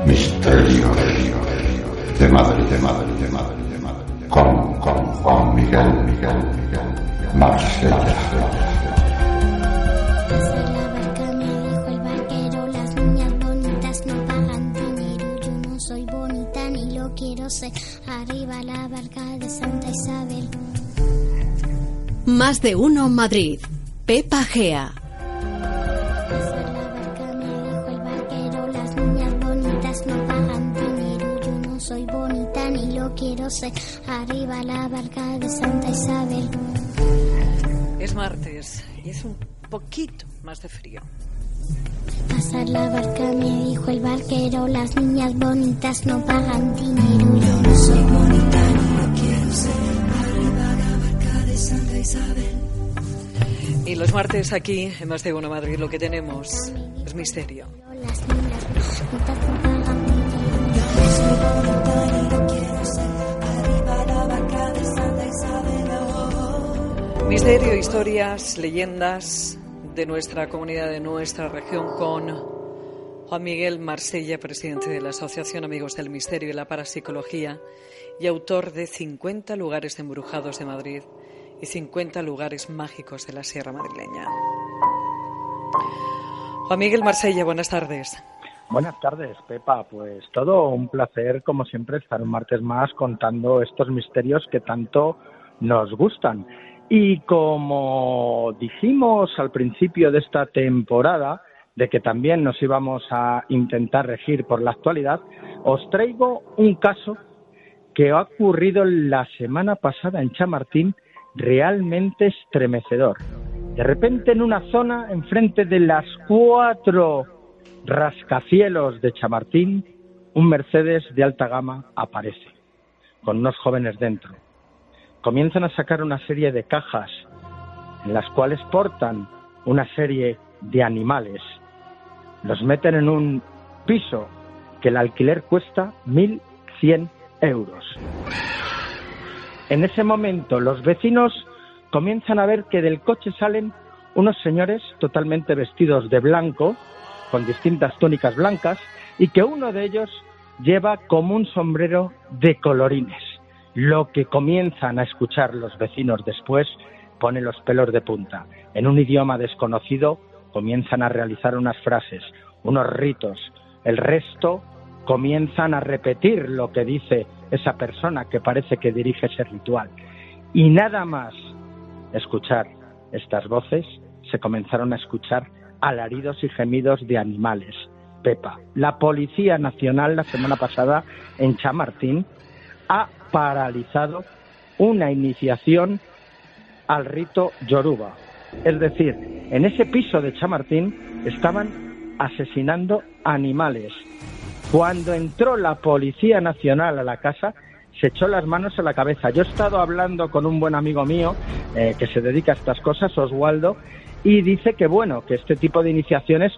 Misterio de Madrid, con Juan Miguel Marsella. Arriba la barca de Santa Isabel. Más de uno Madrid. Pepa Gea. Pasar la barca, me dijo el barquero, las niñas bonitas no pagan dinero. Yo no soy bonita ni lo quiero ser. Arriba la barca de Santa Isabel. Es martes y es un poquito más de frío. Pasar la barca, me dijo el barquero, las niñas bonitas no pagan dinero. Yo no soy bonita ni lo quiero ser. Arriba la barca de Santa Isabel. Y los martes aquí, en Más de Uno Madrid, lo que tenemos es misterio. Las niñas bonitas no pagan dinero. Yo no soy bonita ni lo quiero ser. Arriba la barca de Santa Isabel. Misterio, historias, leyendas de nuestra comunidad, de nuestra región, con Juan Miguel Marsella, presidente de la Asociación Amigos del Misterio y la Parapsicología y autor de 50 lugares embrujados de Madrid y 50 lugares mágicos de la Sierra Madrileña. Juan Miguel Marsella, buenas tardes. Buenas tardes, Pepa. Pues todo un placer, como siempre, estar un martes más contando estos misterios que tanto nos gustan. Y como dijimos al principio de esta temporada, de que también nos íbamos a intentar regir por la actualidad, os traigo un caso que ha ocurrido la semana pasada en Chamartín, realmente estremecedor. De repente, en una zona enfrente de las 4 rascacielos de Chamartín, un Mercedes de alta gama aparece, con unos jóvenes dentro. Comienzan a sacar una serie de cajas en las cuales portan una serie de animales. Los meten en un piso que el alquiler cuesta 1.100 euros. En ese momento los vecinos comienzan a ver que del coche salen unos señores totalmente vestidos de blanco, con distintas túnicas blancas, y que uno de ellos lleva como un sombrero de colorines. Lo que comienzan a escuchar los vecinos después pone los pelos de punta. En un idioma desconocido comienzan a realizar unas frases, unos ritos. El resto comienzan a repetir lo que dice esa persona que parece que dirige ese ritual. Y nada más escuchar estas voces, se comenzaron a escuchar alaridos y gemidos de animales. Pepa, la Policía Nacional la semana pasada en Chamartín ha paralizado una iniciación al rito yoruba. Es decir, en ese piso de Chamartín estaban asesinando animales. Cuando entró la Policía Nacional a la casa, se echó las manos a la cabeza. Yo he estado hablando con un buen amigo mío que se dedica a estas cosas, Oswaldo, y dice que bueno, que este tipo de iniciaciones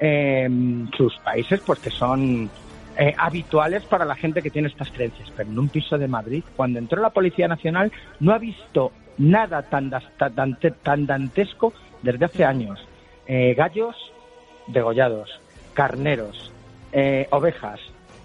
en sus países pues que son habituales para la gente que tiene estas creencias, pero en un piso de Madrid, cuando entró la Policía Nacional, no ha visto nada tan dantesco desde hace años. Gallos degollados, carneros, ovejas,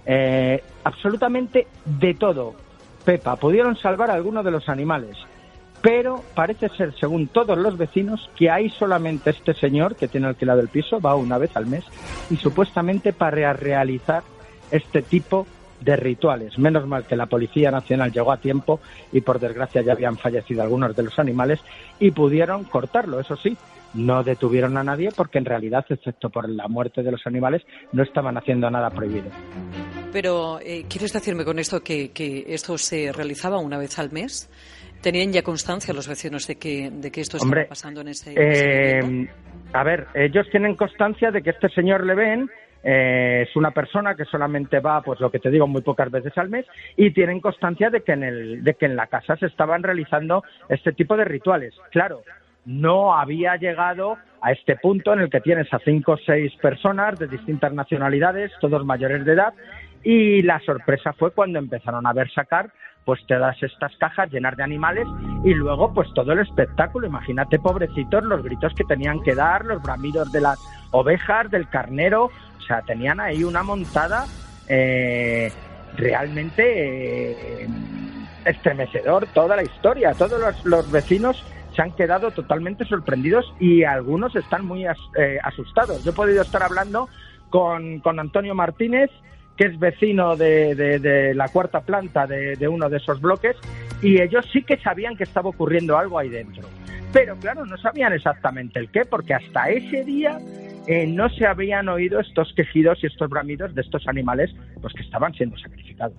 absolutamente de todo. Pepa, pudieron salvar a algunos de los animales, pero parece ser, según todos los vecinos, que hay solamente este señor que tiene alquilado el piso, va una vez al mes, y supuestamente para realizar este tipo de rituales. Menos mal que la Policía Nacional llegó a tiempo y por desgracia ya habían fallecido algunos de los animales y pudieron cortarlo. Eso sí, no detuvieron a nadie porque en realidad, excepto por la muerte de los animales, no estaban haciendo nada prohibido. Pero, ¿quieres decirme con esto que esto se realizaba una vez al mes? ¿Tenían ya constancia los vecinos de que esto estaba pasando en ese a ver, ellos tienen constancia de que este señor le ven. Es una persona que solamente va, pues lo que te digo, muy pocas veces al mes, y tienen constancia de que en la casa se estaban realizando este tipo de rituales. Claro, no había llegado a este punto en el que tienes a 5 o 6 personas de distintas nacionalidades, todos mayores de edad, y la sorpresa fue cuando empezaron a ver sacar pues todas estas cajas llenas de animales y luego pues todo el espectáculo. Imagínate, pobrecitos, los gritos que tenían que dar, los bramidos de las ovejas, del carnero. O sea, tenían ahí una montada realmente estremecedor toda la historia. Todos los vecinos se han quedado totalmente sorprendidos y algunos están muy asustados. Yo he podido estar hablando con Antonio Martínez, que es vecino de la cuarta planta de uno de esos bloques, y ellos sí que sabían que estaba ocurriendo algo ahí dentro. Pero claro, no sabían exactamente el qué, porque hasta ese día no se habían oído estos quejidos y estos bramidos de estos animales pues que estaban siendo sacrificados.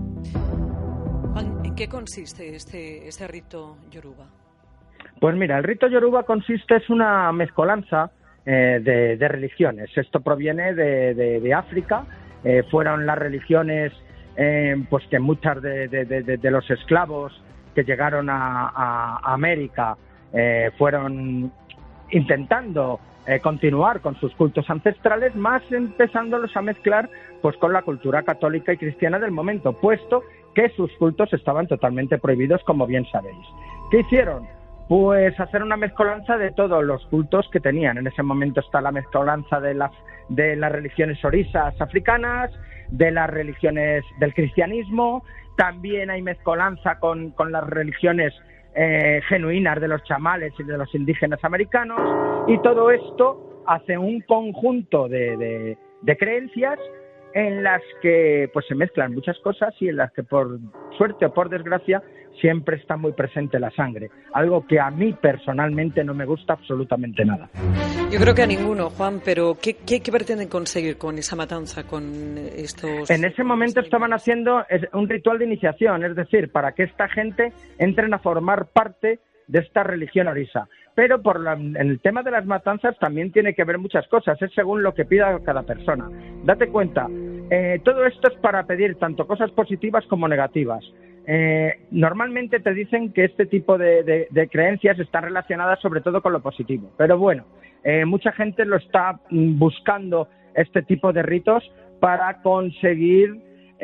Juan, ¿en qué consiste este rito yoruba? Pues mira, el rito yoruba es una mezcolanza de religiones. Esto proviene de África. Fueron las religiones pues que muchas de los esclavos que llegaron a América fueron intentando continuar con sus cultos ancestrales, más empezándolos a mezclar pues con la cultura católica y cristiana del momento, puesto que sus cultos estaban totalmente prohibidos, como bien sabéis. ¿Qué hicieron? Pues hacer una mezcolanza de todos los cultos que tenían. En ese momento está la mezcolanza de las religiones orisas africanas, de las religiones del cristianismo, también hay mezcolanza con las religiones genuinas de los chamales y de los indígenas americanos, y todo esto hace un conjunto de creencias en las que pues se mezclan muchas cosas y en las que por suerte o por desgracia siempre está muy presente la sangre, algo que a mí personalmente no me gusta absolutamente nada. Yo creo que a ninguno, Juan, pero ¿qué pretenden conseguir con esa matanza, con estos...? En ese momento estaban haciendo un ritual de iniciación, es decir, para que esta gente entren a formar parte de esta religión orisa. Pero en el tema de las matanzas también tiene que ver muchas cosas, es según lo que pida cada persona. Date cuenta, todo esto es para pedir tanto cosas positivas como negativas. Normalmente te dicen que este tipo de creencias están relacionadas sobre todo con lo positivo, pero bueno, mucha gente lo está buscando, este tipo de ritos, para conseguir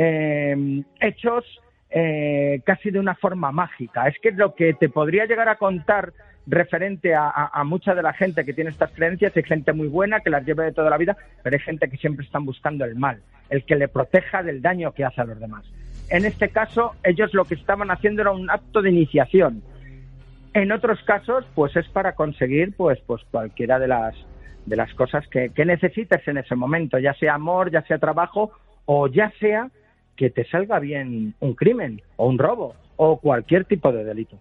hechos casi de una forma mágica. Es que lo que te podría llegar a contar referente a mucha de la gente que tiene estas creencias, hay gente muy buena que las lleva de toda la vida, pero hay gente que siempre están buscando el mal, el que le proteja del daño que hace a los demás. En este caso, ellos lo que estaban haciendo era un acto de iniciación. En otros casos, pues es para conseguir pues cualquiera de las cosas que necesites en ese momento, ya sea amor, ya sea trabajo, o ya sea que te salga bien un crimen o un robo o cualquier tipo de delito.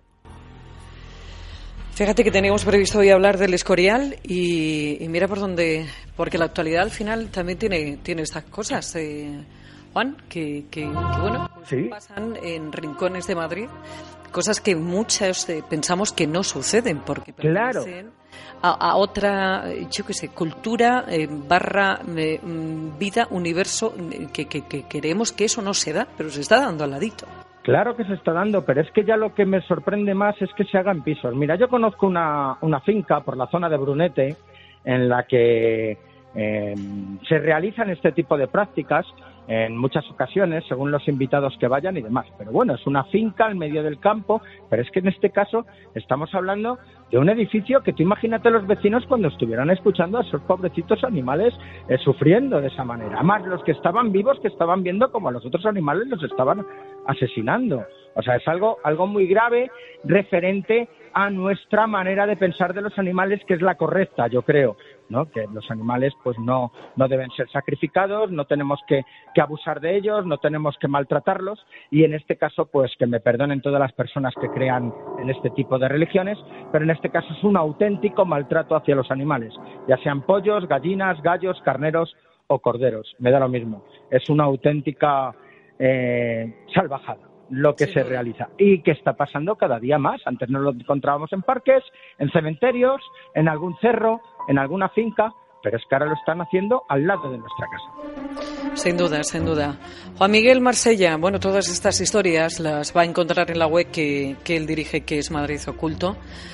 Fíjate que teníamos previsto hoy hablar del Escorial y mira por dónde, porque la actualidad al final también tiene estas cosas, Juan, que bueno, pues ¿sí? Pasan en rincones de Madrid, cosas que muchas pensamos que no suceden porque pertenecen a otra, yo qué sé, cultura barra vida, universo, que creemos que eso no se da, pero se está dando al ladito. Claro que se está dando, pero es que ya lo que me sorprende más es que se hagan pisos. Mira, yo conozco una finca por la zona de Brunete en la que se realizan este tipo de prácticas en muchas ocasiones, según los invitados que vayan y demás. Pero bueno, es una finca en medio del campo, pero es que en este caso estamos hablando de un edificio que tú imagínate los vecinos cuando estuvieran escuchando a esos pobrecitos animales sufriendo de esa manera. Más los que estaban vivos, que estaban viendo como a los otros animales los estaban asesinando. O sea, es algo muy grave referente a nuestra manera de pensar de los animales, que es la correcta, yo creo, ¿no? Que los animales pues no deben ser sacrificados, no tenemos que abusar de ellos, no tenemos que maltratarlos, y en este caso pues que me perdonen todas las personas que crean en este tipo de religiones, pero en este caso es un auténtico maltrato hacia los animales, ya sean pollos, gallinas, gallos, carneros o corderos, me da lo mismo, es una auténtica salvajada lo que se realiza y que está pasando cada día más. Antes nos lo encontrábamos en parques, en cementerios, en algún cerro, en alguna finca, pero es que ahora lo están haciendo al lado de nuestra casa. Sin duda, sin duda. Juan Miguel Marsella, bueno, todas estas historias las va a encontrar en la web que él dirige, que es Madrid Oculto.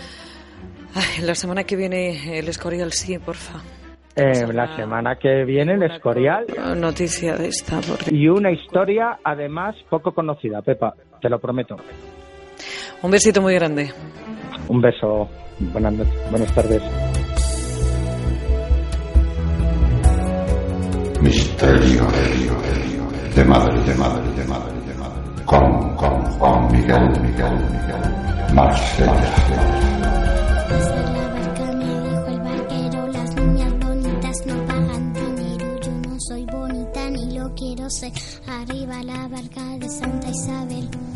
Ay, la semana que viene el Escorial, sí, porfa. La semana que viene el Escorial. Noticia de esta. Y una historia, además, poco conocida, Pepa, te lo prometo. Un besito muy grande. Un beso. Buenas tardes. Misterio de Madrid, con Juan Miguel Marsella. Desde la barca me dijo el barquero, las niñas bonitas no pagan dinero. Yo no soy bonita ni lo quiero ser. Arriba la barca de Santa Isabel.